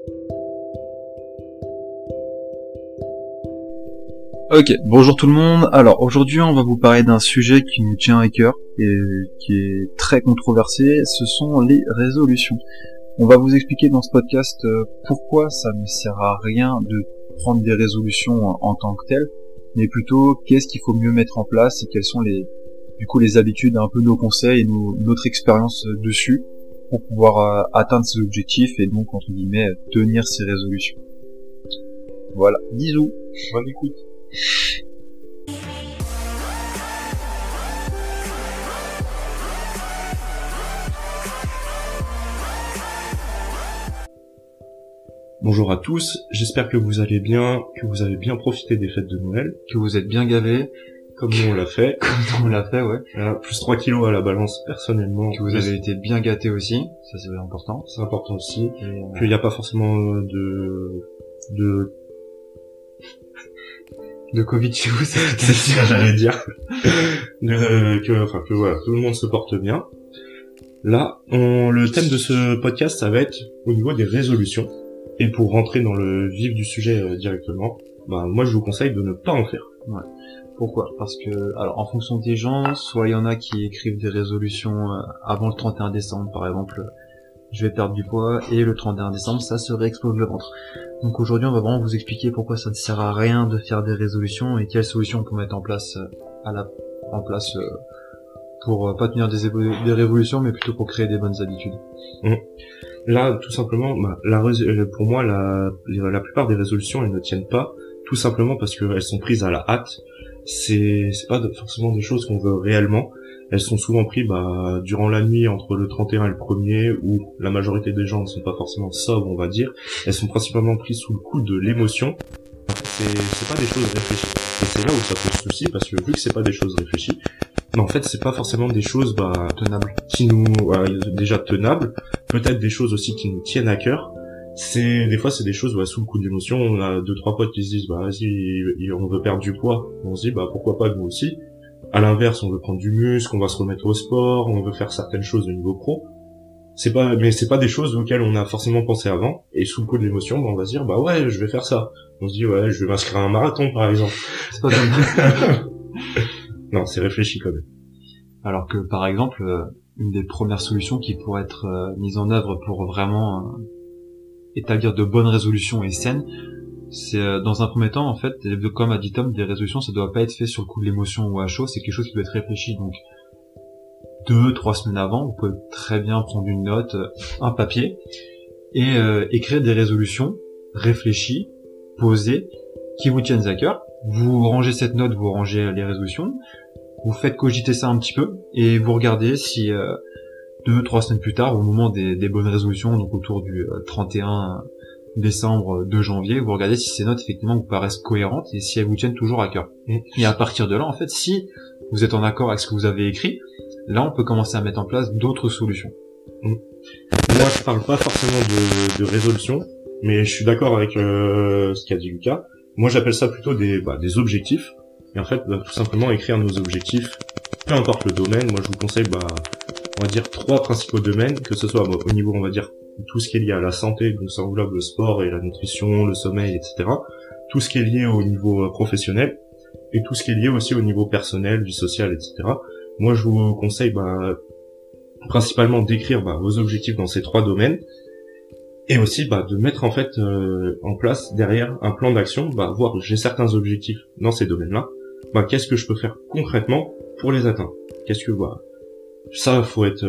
Ok, bonjour tout le monde. Alors aujourd'hui on va vous parler d'un sujet qui nous tient à cœur et qui est très controversé, ce sont les résolutions. On va vous expliquer dans ce podcast pourquoi ça ne sert à rien de prendre des résolutions en tant que telles, mais plutôt qu'est-ce qu'il faut mieux mettre en place et quelles sont les habitudes, un peu nos conseils et notre expérience dessus pour pouvoir atteindre ces objectifs et donc entre guillemets tenir ces résolutions. Voilà, bisous, bonne écoute. Bonjour à tous, j'espère que vous allez bien, que vous avez bien profité des fêtes de Noël, Que vous êtes bien gavés, comme nous on l'a fait. comme on l'a fait, ouais. Voilà, plus 3 kilos à la balance personnellement. Que vous avez été bien gâtés aussi, ça c'est important. C'est important aussi, Et, qu'il n'y a pas forcément de Covid chez vous, c'est ce que j'allais dire. que voilà, tout le monde se porte bien. Là, le thème de ce podcast, ça va être au niveau des résolutions. Et pour rentrer dans le vif du sujet directement, moi je vous conseille de ne pas en faire. Ouais. Pourquoi ? Parce que, alors en fonction des gens, soit il y en a qui écrivent des résolutions avant le 31 décembre, par exemple, je vais perdre du poids, et le 31 décembre, ça se réexplose le ventre. Donc aujourd'hui, on va vraiment vous expliquer pourquoi ça ne sert à rien de faire des résolutions et quelles solutions on peut mettre en place pour pas tenir des révolutions, mais plutôt pour créer des bonnes habitudes. Là, tout simplement, pour moi, la plupart des résolutions, elles ne tiennent pas, tout simplement parce qu'elles sont prises à la hâte. C'est pas forcément des choses qu'on veut réellement. Elles sont souvent prises durant la nuit entre le 31 et le 1er, où la majorité des gens ne sont pas forcément sobres, on va dire. Elles sont principalement prises sous le coup de l'émotion. En fait, c'est pas des choses réfléchies. Et c'est là où ça pose souci, parce que vu que c'est pas des choses réfléchies, mais en fait, c'est pas forcément des choses Tenables. qui nous déjà tenables, peut-être des choses aussi qui nous tiennent à cœur. Des fois c'est des choses sous le coup d'émotion. On a 2-3 potes qui se disent vas-y, on veut perdre du poids. On se dit pourquoi pas nous aussi. À l'inverse, on veut prendre du muscle, on va se remettre au sport, on veut faire certaines choses au niveau pro. C'est pas des choses auxquelles on a forcément pensé avant, et sous le coup de l'émotion, on va se dire ouais, je vais faire ça. On se dit ouais, je vais m'inscrire à un marathon par exemple. C'est pas comme Non, c'est réfléchi quand même. Alors que par exemple, une des premières solutions qui pourrait être mise en œuvre pour vraiment établir de bonnes résolutions et saines, c'est dans un premier temps en fait, comme a dit Tom, des résolutions ça doit pas être fait sur le coup de l'émotion ou à chaud, c'est quelque chose qui doit être réfléchi. Donc 2-3 semaines avant, vous pouvez très bien prendre une note, un papier et écrire des résolutions réfléchies, posées, qui vous tiennent à cœur. Vous rangez cette note, vous rangez les résolutions, vous faites cogiter ça un petit peu et vous regardez si 2-3 semaines plus tard, au moment des bonnes résolutions, donc autour du 31 décembre, 2 janvier, vous regardez si ces notes effectivement vous paraissent cohérentes et si elles vous tiennent toujours à cœur. Et à partir de là, en fait, si vous êtes en accord avec ce que vous avez écrit, là on peut commencer à mettre en place d'autres solutions. Moi je parle pas forcément de résolution, mais je suis d'accord avec ce qu'a dit Lucas. Moi j'appelle ça plutôt des objectifs. Et en fait, tout simplement écrire nos objectifs, peu importe le domaine. Moi je vous conseille on va dire 3 principaux domaines, que ce soit au niveau, on va dire, tout ce qui est lié à la santé, donc ça englobe le sport et la nutrition, le sommeil, etc. Tout ce qui est lié au niveau professionnel, et tout ce qui est lié aussi au niveau personnel, vie sociale, etc. Moi je vous conseille principalement d'écrire vos objectifs dans ces 3 domaines, et aussi de mettre en fait en place derrière un plan d'action, voir j'ai certains objectifs dans ces domaines-là, qu'est-ce que je peux faire concrètement pour les atteindre. Qu'est-ce que ça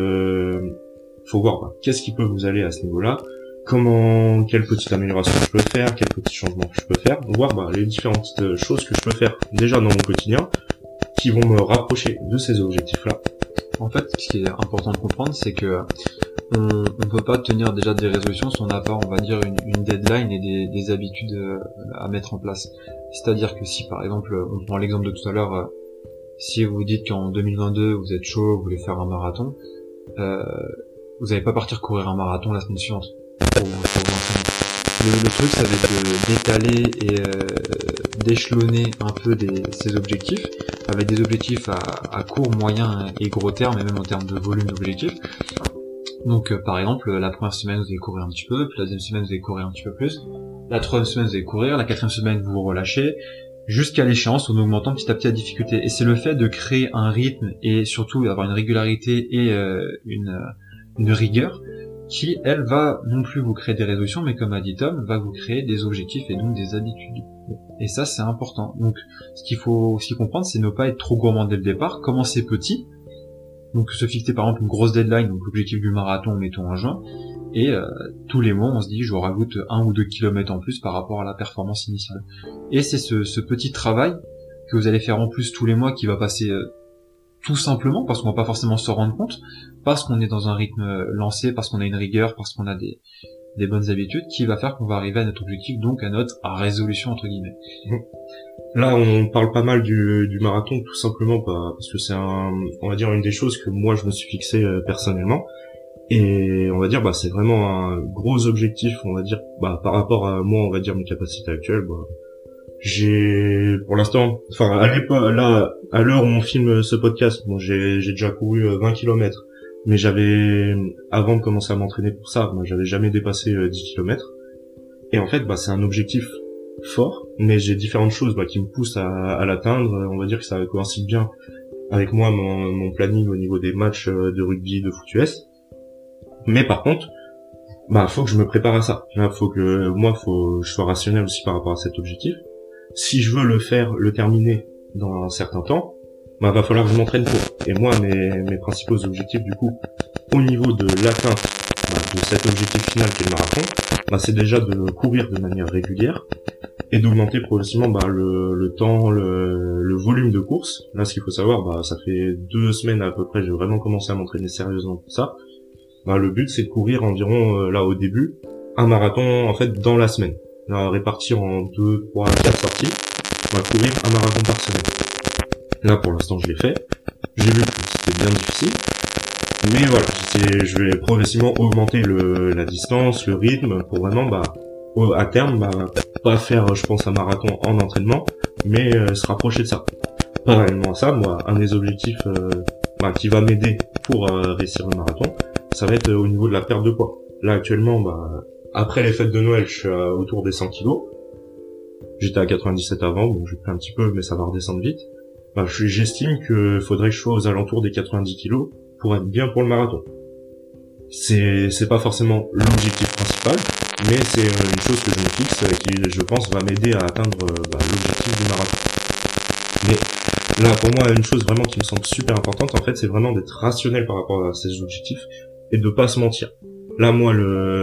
faut voir qu'est-ce qui peut vous aller à ce niveau-là, quelle petite amélioration je peux faire, quel petit changement je peux faire, voir les différentes choses que je peux faire déjà dans mon quotidien qui vont me rapprocher de ces objectifs-là. En fait, ce qui est important de comprendre, c'est que on peut pas tenir déjà des résolutions si on n'a pas, on va dire, une deadline et des habitudes à mettre en place. C'est-à-dire que si par exemple, on prend l'exemple de tout à l'heure, si vous dites qu'en 2022 vous êtes chaud, vous voulez faire un marathon, vous n'allez pas partir courir un marathon la semaine suivante. Le truc, ça va être d'étaler et d'échelonner un peu ces objectifs, avec des objectifs à court, moyen et gros terme, et même en termes de volume d'objectifs, Donc par exemple, la première semaine vous allez courir un petit peu, puis la deuxième semaine vous allez courir un petit peu plus, la troisième semaine vous allez courir, la quatrième semaine vous vous relâchez, jusqu'à l'échéance en augmentant petit à petit la difficulté. Et c'est le fait de créer un rythme et surtout d'avoir une régularité et une rigueur qui, elle, va non plus vous créer des résolutions, mais comme a dit Tom, va vous créer des objectifs et donc des habitudes. Et ça, c'est important. Donc, ce qu'il faut aussi comprendre, c'est ne pas être trop gourmand dès le départ, commencer petit. Donc, se fixer par exemple une grosse deadline, donc l'objectif du marathon, mettons en juin, et tous les mois, on se dit, je rajoute 1 ou 2 kilomètres en plus par rapport à la performance initiale. Et c'est ce petit travail que vous allez faire en plus tous les mois qui va passer tout simplement, parce qu'on va pas forcément se rendre compte, parce qu'on est dans un rythme lancé, parce qu'on a une rigueur, parce qu'on a des bonnes habitudes, qui va faire qu'on va arriver à notre objectif, donc à notre résolution entre guillemets. Là, on parle pas mal du marathon, tout simplement parce que c'est on va dire une des choses que moi je me suis fixé personnellement. Et on va dire, c'est vraiment un gros objectif, on va dire, par rapport à moi, on va dire mes capacités actuelles. J'ai, pour l'instant, enfin à l'époque, là, à l'heure où on filme ce podcast, j'ai déjà couru 20 kilomètres. Mais avant de commencer à m'entraîner pour ça, j'avais jamais dépassé 10 kilomètres. Et en fait, c'est un objectif fort, mais j'ai différentes choses qui me poussent à l'atteindre. On va dire que ça coïncide bien avec moi, mon planning au niveau des matchs de rugby, de foot US. Mais par contre, faut que je me prépare à ça. Là, faut que je sois rationnel aussi par rapport à cet objectif. Si je veux le terminer dans un certain temps, va falloir que je m'entraîne pour. Et moi, mes principaux objectifs, du coup, au niveau de l'atteinte de cet objectif final qui est le marathon, c'est déjà de courir de manière régulière et d'augmenter progressivement le temps, le volume de course. Là, ce qu'il faut savoir, ça fait 2 semaines à peu près, j'ai vraiment commencé à m'entraîner sérieusement pour ça. Le but, c'est de courir environ, là, au début, un marathon, en fait, dans la semaine. Là, répartir en 2, 3, 4 sorties. On va courir un marathon par semaine. Là, pour l'instant, je l'ai fait. J'ai vu que c'était bien difficile. Mais voilà, je vais progressivement augmenter la distance, le rythme, pour vraiment, à terme, pas faire, je pense, un marathon en entraînement, mais se rapprocher de ça. Parallèlement à ça, un des objectifs qui va m'aider pour réussir le marathon, ça va être au niveau de la perte de poids. Là, actuellement, après les fêtes de Noël, je suis autour des 100 kilos. J'étais à 97 avant, donc j'ai pris un petit peu, mais ça va redescendre vite. J'estime que faudrait que je sois aux alentours des 90 kilos pour être bien pour le marathon. C'est pas forcément l'objectif principal, mais c'est une chose que je me fixe qui, je pense, va m'aider à atteindre l'objectif du marathon. Mais là, pour moi, une chose vraiment qui me semble super importante, en fait, c'est vraiment d'être rationnel par rapport à ces objectifs et de pas se mentir. Là, moi,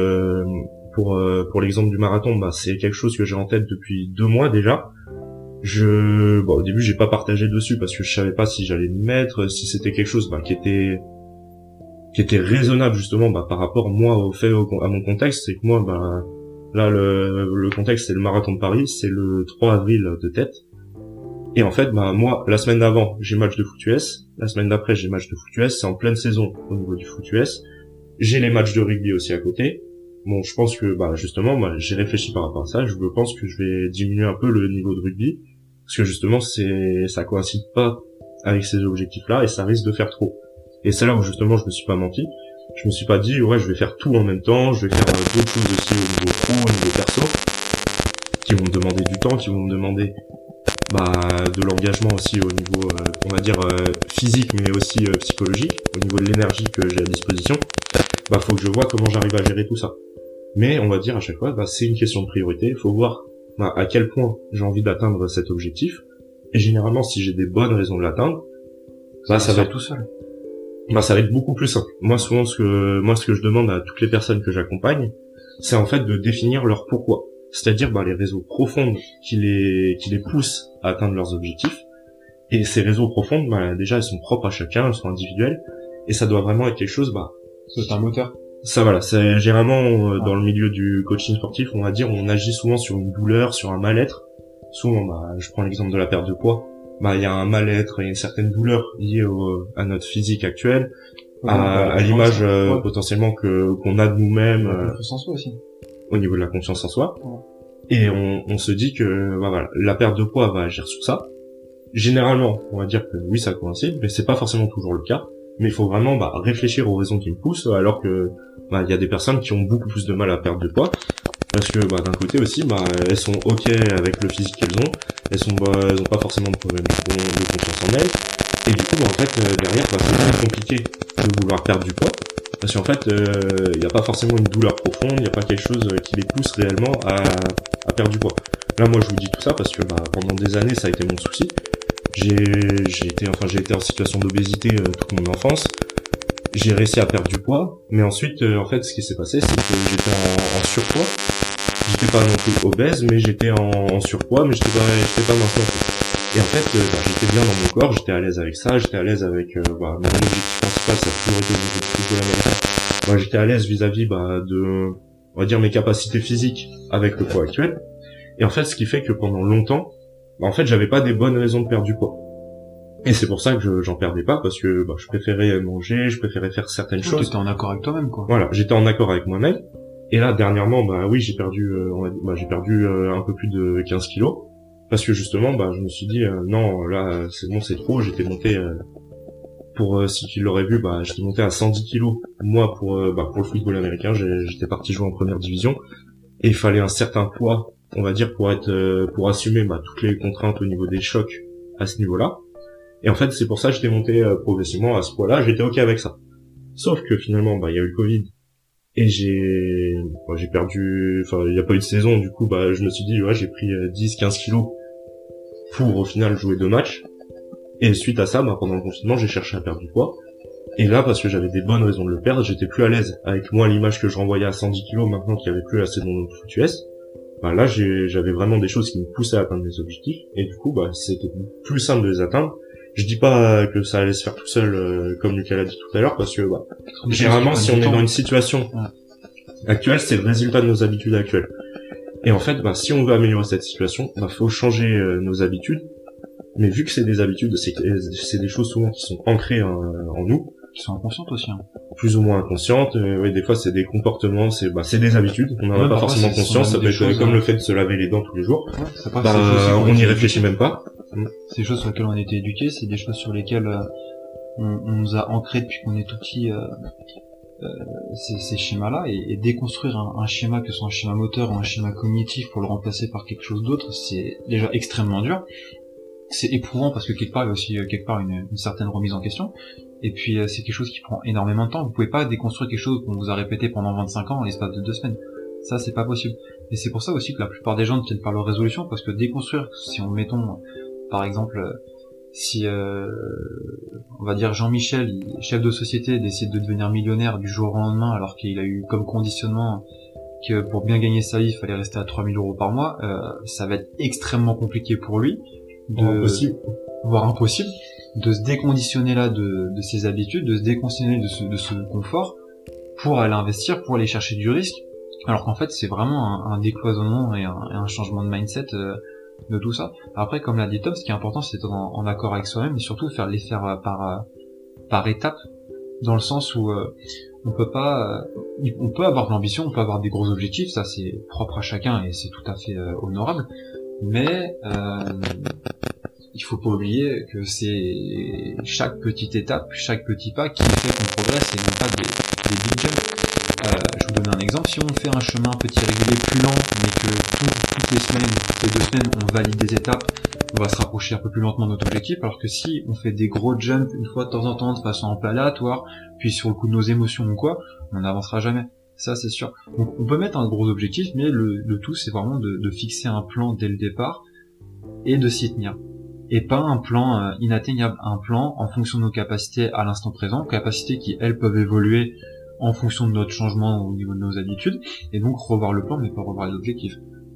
pour l'exemple du marathon, c'est quelque chose que j'ai en tête depuis 2 mois déjà. Au début, j'ai pas partagé dessus parce que je savais pas si j'allais m'y mettre, si c'était quelque chose qui était raisonnable justement par rapport moi à mon contexte. C'est que moi, là, le contexte, c'est le marathon de Paris, c'est le 3 avril de tête. Et en fait, moi, la semaine d'avant, j'ai match de foot US. La semaine d'après, j'ai match de foot US. C'est en pleine saison au niveau du foot US. J'ai les matchs de rugby aussi à côté. Bon, je pense que, justement, j'ai réfléchi par rapport à ça. Je pense que je vais diminuer un peu le niveau de rugby. Parce que justement, ça coïncide pas avec ces objectifs-là et ça risque de faire trop. Et c'est là où justement, je me suis pas menti. Je me suis pas dit, ouais, je vais faire tout en même temps. Je vais faire d'autres choses aussi au niveau pro, au niveau perso. Qui vont me demander du temps, qui vont me demander de l'engagement aussi au niveau on va dire physique mais aussi psychologique, au niveau de l'énergie que j'ai à disposition. Faut que je vois comment j'arrive à gérer tout ça. Mais on va dire à chaque fois, c'est une question de priorité. Il faut voir à quel point j'ai envie d'atteindre cet objectif. Et généralement, si j'ai des bonnes raisons de l'atteindre, ça va être tout seul. Ça va être beaucoup plus simple. Moi, souvent, ce que je demande à toutes les personnes que j'accompagne, c'est en fait de définir leur pourquoi. C'est-à-dire les raisons profondes qui les poussent à atteindre leurs objectifs. Et ces raisons profondes, déjà, elles sont propres à chacun, elles sont individuelles, et ça doit vraiment être quelque chose, c'est un moteur. Ça, voilà, c'est généralement dans le milieu du coaching sportif, on va dire, on agit souvent sur une douleur, sur un mal-être. Souvent, je prends l'exemple de la perte de poids. Il y a un mal-être et une certaine douleur liée à notre physique actuel, à l'image potentiellement qu'on a de nous-mêmes. Confiance en soi aussi. Au niveau de la confiance en soi. Et on se dit que la perte de poids va agir sur ça. Généralement, on va dire que oui, ça coïncide, mais c'est pas forcément toujours le cas. mais il faut vraiment réfléchir aux raisons qui me poussent, alors que il y a des personnes qui ont beaucoup plus de mal à perdre du poids, parce que d'un côté aussi elles sont ok avec le physique qu'elles ont, elles ont pas forcément de problème de confiance en elles, et du coup en fait derrière c'est plus compliqué de vouloir perdre du poids, parce qu'en fait il n'y a pas forcément une douleur profonde, il n'y a pas quelque chose qui les pousse réellement à perdre du poids. Là moi je vous dis tout ça parce que pendant des années ça a été mon souci. J'ai été en situation d'obésité toute mon enfance. J'ai réussi à perdre du poids, mais ensuite en fait ce qui s'est passé c'est que j'étais en surpoids. J'étais pas non plus obèse, mais j'étais en surpoids, mais j'étais pas mince non plus. Et en fait j'étais bien dans mon corps, j'étais à l'aise avec ça, j'étais à l'aise avec mon objectif principal, ça a toujours été le football américain. J'étais à l'aise vis-à-vis de, on va dire, mes capacités physiques avec le poids actuel. Et en fait ce qui fait que pendant longtemps en fait j'avais pas des bonnes raisons de perdre du poids, et c'est pour ça que j'en perdais pas, parce que je préférais manger, je préférais faire certaines choses. T'étais en accord avec toi-même, quoi. Voilà, j'étais en accord avec moi-même. Et là dernièrement oui j'ai perdu un peu plus de 15 kilos, parce que justement je me suis dit non là c'est bon, c'est trop. J'étais monté pour si tu l'aurais vu j'étais monté à 110 kilos moi pour le football américain. J'étais parti jouer en première division, et il fallait un certain poids, on va dire, pour assumer toutes les contraintes au niveau des chocs à ce niveau-là. Et en fait c'est pour ça que j'étais monté progressivement à ce poids-là. J'étais ok avec ça, sauf que finalement il y a eu le Covid, et j'ai perdu, il n'y a pas eu de saison, du coup je me suis dit j'ai pris 10-15 kilos pour au final jouer 2 matchs. Et suite à ça pendant le confinement j'ai cherché à perdre du poids, et là parce que j'avais des bonnes raisons de le perdre, j'étais plus à l'aise avec moi, l'image que je renvoyais à 110 kilos maintenant qu'il y avait plus assez dans notre foot US. Là j'avais vraiment des choses qui me poussaient à atteindre mes objectifs, et du coup c'était plus simple de les atteindre. Je dis pas que ça allait se faire tout seul comme Lucas l'a dit tout à l'heure, parce que généralement si on est dans une situation actuelle, c'est le résultat de nos habitudes actuelles. Et en fait si on veut améliorer cette situation, faut changer nos habitudes. Mais vu que c'est des habitudes, c'est des choses souvent qui sont ancrées en nous, qui sont inconscientes aussi, plus ou moins inconscientes. Des fois c'est des comportements, c'est des habitudes, on n'en a pas forcément conscience. Ça peut être comme le fait de se laver les dents tous les jours, on n'y réfléchit même pas. C'est des choses sur lesquelles on a été éduqués, c'est des choses sur lesquelles on nous a ancrés depuis qu'on est tout petit, ces schémas-là, et déconstruire un schéma, que ce soit un schéma moteur ou un schéma cognitif, pour le remplacer par quelque chose d'autre, c'est déjà extrêmement dur. C'est éprouvant parce que quelque part il y a aussi une certaine remise en question, et puis c'est quelque chose qui prend énormément de temps. Vous pouvez pas déconstruire quelque chose qu'on vous a répété pendant 25 ans en l'espace de 2 semaines. Ça c'est pas possible. Et c'est pour ça aussi que la plupart des gens tiennent par leur résolution, parce que déconstruire, si on mettons par exemple si on va dire Jean-Michel, chef de société, décide de devenir millionnaire du jour au lendemain, alors qu'il a eu comme conditionnement que pour bien gagner sa vie il fallait rester à 3000 € par mois, ça va être extrêmement compliqué pour lui, voire impossible, de se déconditionner là de ses habitudes, de se déconditionner de ce confort pour aller investir, pour aller chercher du risque, alors qu'en fait c'est vraiment un décloisonnement et un changement de mindset de tout ça. Après, comme l'a dit Tom, ce qui est important c'est d'être en accord avec soi-même, et surtout les faire par étapes, dans le sens où on peut avoir de l'ambition, on peut avoir des gros objectifs, ça c'est propre à chacun et c'est tout à fait honorable, mais il faut pas oublier que c'est chaque petite étape, chaque petit pas qui fait qu'on progresse, et non pas des big jumps. Je vous donne un exemple: si on fait un chemin petit régulier plus lent, mais que toutes les semaines, toutes les 2 semaines, on valide des étapes, on va se rapprocher un peu plus lentement de notre objectif, alors que si on fait des gros jumps une fois de temps en temps, de façon un peu aléatoire, puis sur le coup de nos émotions ou quoi, on n'avancera jamais. Ça c'est sûr. Donc on peut mettre un gros objectif, mais le tout c'est vraiment de fixer un plan dès le départ et de s'y tenir. Et pas un plan inatteignable, un plan en fonction de nos capacités à l'instant présent, capacités qui elles peuvent évoluer en fonction de notre changement au niveau de nos habitudes, et donc revoir le plan mais pas revoir les objectifs.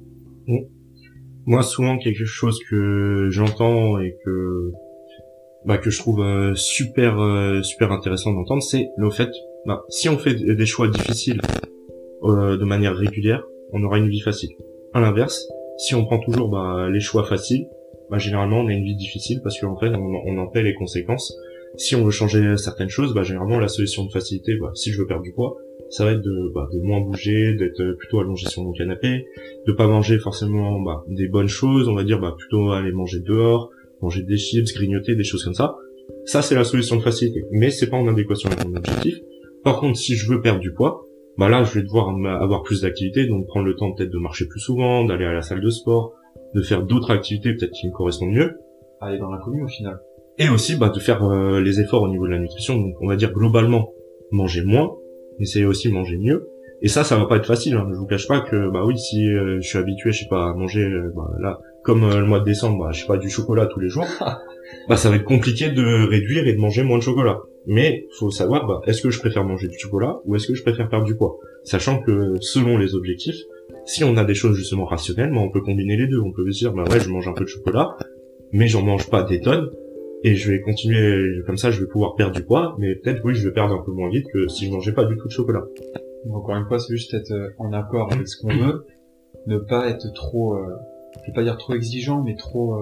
Moi souvent quelque chose que j'entends et que je trouve super intéressant d'entendre, c'est le fait si on fait des choix difficiles de manière régulière, on aura une vie facile. À l'inverse, si on prend toujours les choix faciles, généralement on a une vie difficile, parce qu'en fait on en paie les conséquences. Si on veut changer certaines choses, généralement la solution de facilité, si je veux perdre du poids, ça va être de moins bouger, d'être plutôt allongé sur mon canapé, de pas manger forcément des bonnes choses, on va dire plutôt aller manger dehors, manger des chips, grignoter, des choses comme ça. Ça, c'est la solution de facilité. Mais c'est pas en adéquation avec mon objectif. Par contre, si je veux perdre du poids, bah là, je vais devoir avoir plus d'activités, donc prendre le temps peut-être de marcher plus souvent, d'aller à la salle de sport, de faire d'autres activités peut-être qui me correspondent mieux. Aller dans l'inconnu au final. Et aussi, bah, de faire les efforts au niveau de la nutrition. Donc, on va dire globalement, manger moins, essayer aussi de manger mieux. Et ça va pas être facile. Hein. Je vous cache pas que, bah oui, si je suis habitué, je sais pas, à manger, bah, là, comme le mois de décembre, bah, je sais pas, du chocolat tous les jours, bah, ça va être compliqué de réduire et de manger moins de chocolat. Mais faut savoir, bah, est-ce que je préfère manger du chocolat ou est-ce que je préfère perdre du poids, sachant que selon les objectifs, si on a des choses justement rationnelles, bah, on peut combiner les deux. On peut se dire, bah ouais, je mange un peu de chocolat, mais j'en mange pas des tonnes. Et je vais continuer comme ça, je vais pouvoir perdre du poids, mais peut-être oui, je vais perdre un peu moins vite que si je mangeais pas du tout de chocolat. Donc, encore une fois, c'est juste être en accord avec ce qu'on veut, ne pas être trop, je vais pas dire trop exigeant, mais trop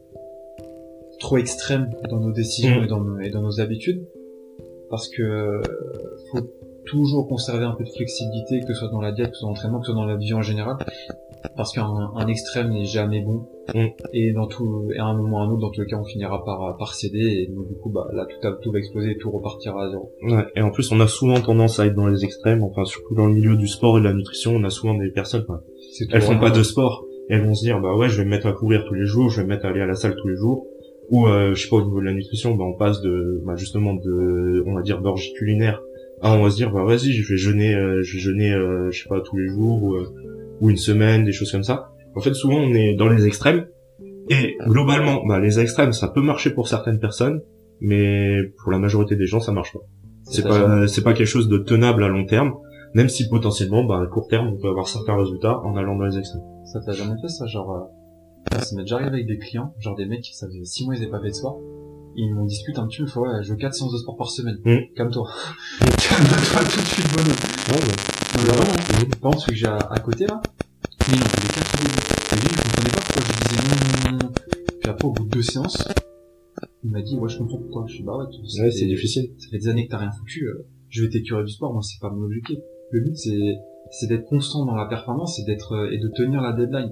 extrême dans nos décisions et dans nos habitudes, parce que faut toujours conserver un peu de flexibilité, que ce soit dans la diète, que ce soit dans l'entraînement, que ce soit dans la vie en général, parce qu'un extrême n'est jamais bon. Et à un moment ou à un autre, dans tous les cas, on finira par céder, et donc, du coup, bah, là, tout va exploser et tout repartira à zéro. Ouais, et en plus, on a souvent tendance à être dans les extrêmes, enfin, surtout dans le milieu du sport et de la nutrition, on a souvent des personnes, elles font pas de sport, et elles vont se dire, bah ouais, je vais me mettre à courir tous les jours, je vais me mettre à aller à la salle tous les jours, ou, je sais pas, au niveau de la nutrition, bah, on passe justement on va dire, d'orgie culinaire, on va se dire, bah, vas-y, je vais jeûner, je sais pas, tous les jours, ou une semaine, des choses comme ça. En fait, souvent, on est dans les extrêmes. Et globalement, bah, les extrêmes, ça peut marcher pour certaines personnes, mais pour la majorité des gens, ça marche pas. C'est pas quelque chose de tenable à long terme, même si potentiellement, bah, à court terme, on peut avoir certains résultats en allant dans les extrêmes. Ça t'a jamais fait ça, genre, ça m'est déjà arrivé avec des clients, genre des mecs qui savaient 6 mois ils avaient pas fait de sport. Ils m'ont discuté un petit peu, ouais, je veux 4 séances de sport par semaine. Calme-toi. Calme-toi tout de suite, bonhomme. Par contre, celui que j'ai à côté, là, il en fait des 4 au début. Et lui, je comprenais pas pourquoi je disais non. Puis après, au bout de 2 séances, il m'a dit, ouais, je comprends pourquoi. Je suis, bah ouais, c'est difficile. Ça fait des années que t'as rien foutu, je vais t'écurer du sport, moi, c'est pas mon objectif. Le but, c'est d'être constant dans la performance et de tenir la deadline.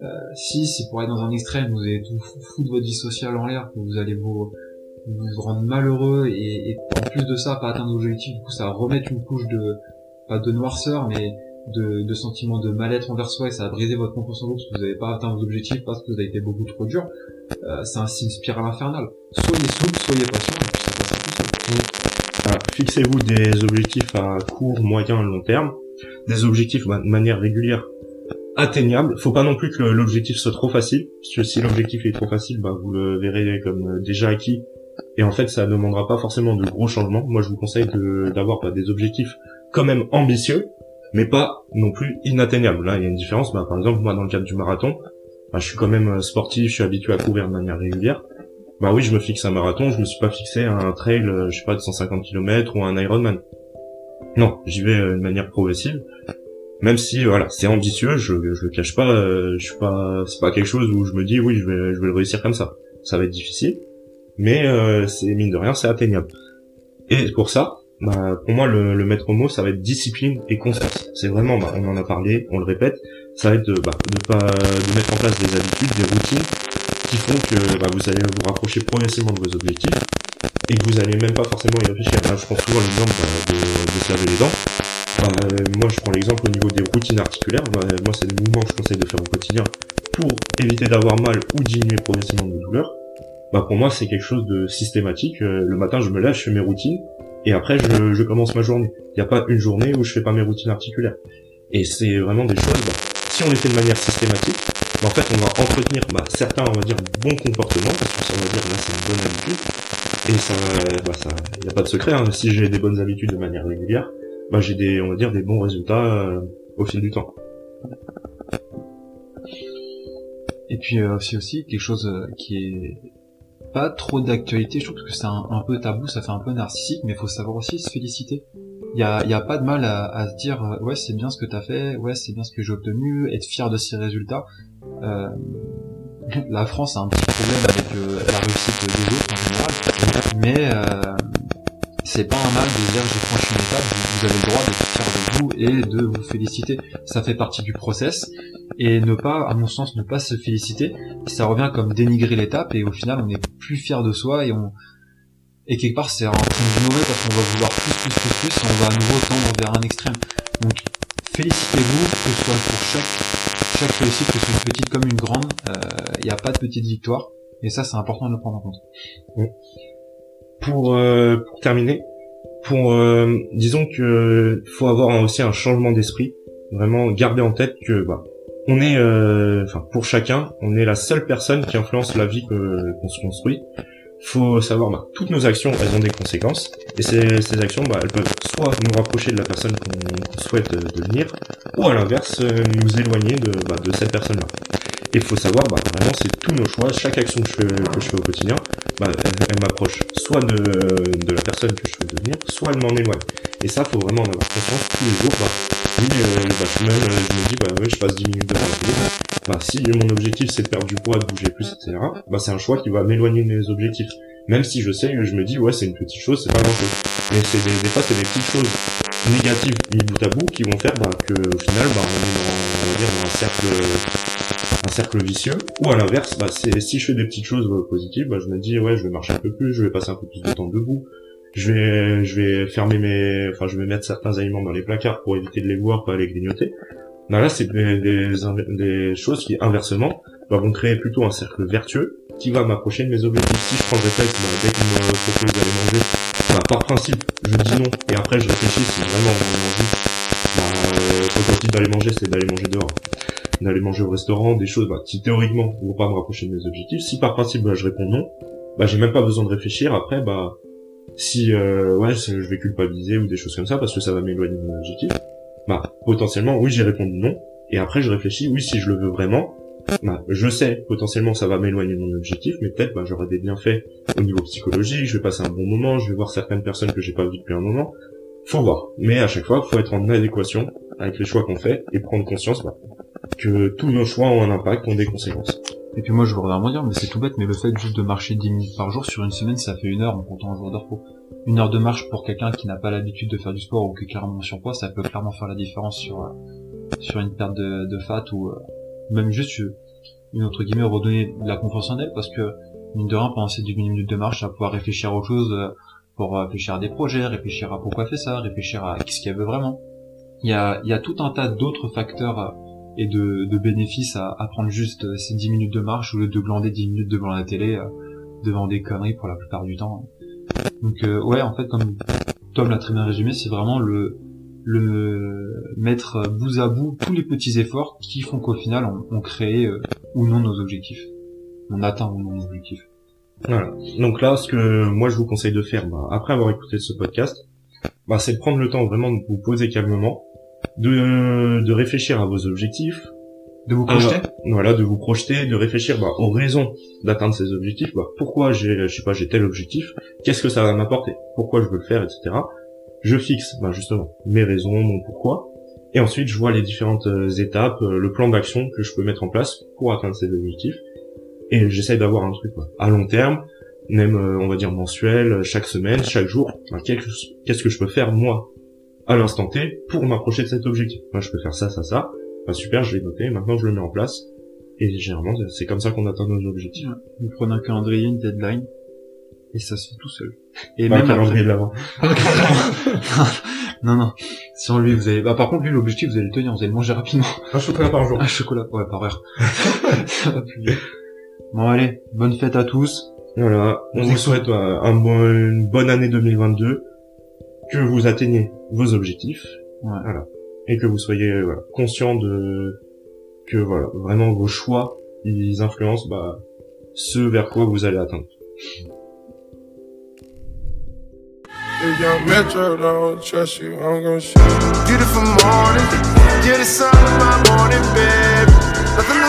Si pour être dans un extrême, vous allez tout foutre votre vie sociale en l'air, que vous allez vous rendre malheureux et en plus de ça, pas atteindre vos objectifs, du coup, ça va remettre une couche pas de noirceur, mais de sentiments de mal-être envers soi, et ça va briser votre confiance en vous parce que vous n'avez pas atteint vos objectifs parce que vous avez été beaucoup trop dur. C'est une spirale infernale. Soyez souple, soyez patient, et puis ça passera tout seul. Fixez-vous des objectifs à court, moyen, long terme, des objectifs de manière régulière, atteignable. Faut pas non plus que l'objectif soit trop facile, parce que si l'objectif est trop facile, bah vous le verrez comme déjà acquis, et en fait ça ne demandera pas forcément de gros changements. Moi je vous conseille d'avoir des objectifs quand même ambitieux, mais pas non plus inatteignables. Là il y a une différence. Par exemple, moi dans le cadre du marathon, je suis quand même sportif, je suis habitué à courir de manière régulière. Bah oui, je me fixe un marathon, je me suis pas fixé un trail, je sais pas, de 150 km ou un Ironman. Non, j'y vais de manière progressive. Même si voilà, c'est ambitieux, je le cache pas, c'est pas quelque chose où je me dis oui, je vais le réussir comme ça. Ça va être difficile, mais c'est mine de rien, c'est atteignable. Et pour ça, pour moi le maître mot, ça va être discipline et constance. C'est vraiment, on en a parlé, on le répète, ça va être de mettre en place des habitudes, des routines qui font que vous allez vous rapprocher progressivement de vos objectifs et que vous allez même pas forcément y réfléchir. Là, je prends souvent l'exemple de se laver les dents. Moi, je prends l'exemple au niveau des routines articulaires. Moi, c'est des mouvements que je conseille de faire au quotidien pour éviter d'avoir mal ou diminuer progressivement mes douleurs. Pour moi, c'est quelque chose de systématique. Le matin, je me lève, je fais mes routines, et après, je commence ma journée. Il n'y a pas une journée où je fais pas mes routines articulaires. Et c'est vraiment des choses, si on les fait de manière systématique, en fait, on va entretenir certains, on va dire, bons comportements, parce que ça, on va dire, là, c'est une bonne habitude. Et ça, il n'y a pas de secret, hein. Si j'ai des bonnes habitudes de manière régulière, j'ai on va dire, des bons résultats au fil du temps. Et puis aussi quelque chose qui est pas trop d'actualité, je trouve que c'est un peu tabou, ça fait un peu narcissique, mais il faut savoir aussi se féliciter. Il y a pas de mal à se dire ouais, c'est bien ce que t'as fait, ouais, c'est bien ce que j'ai obtenu, être fier de ses résultats. La France a un petit problème avec la réussite des autres en général, mais c'est pas un mal de dire j'ai franchi une étape, vous avez le droit d'être fier de vous et de vous féliciter. Ça fait partie du process, et à mon sens, ne pas se féliciter, ça revient comme dénigrer l'étape, et au final on est plus fier de soi, et Et quelque part, c'est en train de d'innover parce qu'on va vouloir plus, et on va à nouveau tendre vers un extrême. Donc, félicitez-vous, que ce soit pour chaque réussite, que ce soit une petite comme une grande, il n'y a pas de petite victoire. Et ça, c'est important de le prendre en compte. Pour terminer, disons que faut avoir aussi un changement d'esprit. Vraiment garder en tête que on est, pour chacun, on est la seule personne qui influence la vie qu'on se construit. Faut savoir, toutes nos actions, elles ont des conséquences, et ces actions, elles peuvent soit nous rapprocher de la personne qu'on souhaite devenir, ou à l'inverse, nous éloigner de cette personne-là. Et il faut savoir, vraiment, c'est tous nos choix, chaque action que je fais au quotidien, elle m'approche soit de la personne que je souhaite devenir, soit elle m'en éloigne. Et ça, faut vraiment en avoir conscience tous les jours. Je me dis, je passe 10 minutes devant la télé. Si mon objectif c'est de perdre du poids, de bouger plus, etc., c'est un choix qui va m'éloigner de mes objectifs. Même si je sais, je me dis, c'est une petite chose, c'est pas grand chose. Mais des fois, c'est des petites choses négatives mis bout à bout qui vont faire que au final, on est dans un cercle vicieux. Ou à l'inverse, si je fais des petites choses positives, je me dis, je vais marcher un peu plus, je vais passer un peu plus de temps debout. Je vais je vais mettre certains aliments dans les placards pour éviter de les voir, pas les grignoter. Là, c'est des choses qui, inversement, vont créer plutôt un cercle vertueux qui va m'approcher de mes objectifs. Si je prends le réflexe, dès qu'on me propose d'aller manger, par principe, je dis non, et après je réfléchis si vraiment on a envie. Quand je dis d'aller manger, c'est d'aller manger dehors. D'aller manger au restaurant, des choses, qui théoriquement vont pas me rapprocher de mes objectifs. Si par principe, je réponds non, j'ai même pas besoin de réfléchir. Après, si je vais culpabiliser ou des choses comme ça parce que ça va m'éloigner de mon objectif, potentiellement oui j'ai répondu non, et après je réfléchis, oui si je le veux vraiment, je sais potentiellement ça va m'éloigner de mon objectif, mais peut-être j'aurai des bienfaits au niveau psychologique, je vais passer un bon moment, je vais voir certaines personnes que j'ai pas vues depuis un moment, faut voir. Mais à chaque fois faut être en adéquation avec les choix qu'on fait et prendre conscience que tous nos choix ont un impact, ont des conséquences. Et puis moi je voudrais vraiment dire, mais c'est tout bête, mais le fait juste de marcher 10 minutes par jour sur une semaine, ça fait 1 heure en comptant un jour de repos. 1 heure de marche pour quelqu'un qui n'a pas l'habitude de faire du sport ou qui est clairement en surpoids, ça peut clairement faire la différence sur une perte de fat ou même juste une entre guillemets redonner de la confiance en elle, parce que mine de rien pendant ces 10 minutes de marche, ça va pouvoir réfléchir à autre chose, pour réfléchir à des projets, réfléchir à pourquoi elle fait ça, réfléchir à qu'est-ce qu'elle veut vraiment. Il y a tout un tas d'autres facteurs et de bénéfices à prendre juste ces 10 minutes de marche au lieu de glander 10 minutes devant la télé, devant des conneries pour la plupart du temps. Donc en fait, comme Tom l'a très bien résumé, c'est vraiment le mettre bout à bout tous les petits efforts qui font qu'au final on crée ou non nos objectifs, on atteint ou non nos objectifs. Voilà. Donc là, ce que moi je vous conseille de faire, après avoir écouté ce podcast, c'est de prendre le temps vraiment de vous poser calmement, de réfléchir à vos objectifs, de vous projeter. De vous projeter, de réfléchir aux raisons d'atteindre ces objectifs. Pourquoi j'ai tel objectif, qu'est-ce que ça va m'apporter, pourquoi je veux le faire, etc. Je fixe justement mes raisons, mon pourquoi, et ensuite je vois les différentes étapes, le plan d'action que je peux mettre en place pour atteindre ces objectifs, et j'essaye d'avoir un truc à long terme, même on va dire mensuel, chaque semaine, chaque jour. Qu'est-ce que je peux faire moi à l'instant T pour m'approcher de cet objectif. Je peux faire ça. Super, je l'ai noté, maintenant je le mets en place, et généralement c'est comme ça qu'on atteint nos objectifs. Vous prenez un calendrier, une deadline, et ça se fait tout seul. Et même un calendrier de l'avant. Non. Sur lui, vous allez, par contre, lui, l'objectif, vous allez le tenir, vous allez le manger rapidement. Un chocolat par jour. Un chocolat, par heure. Ça va plus vite. Bon, allez, bonne fête à tous. Voilà. On vous souhaite une bonne année 2022. Que vous atteigniez vos objectifs. Ouais. Voilà. Et que vous soyez, conscient que vraiment vos choix, ils influencent, ce vers quoi vous allez atteindre. If young Metro don't trust you, I'm gon' shoot. Beautiful morning, you're the sun of my morning, babe. Nothing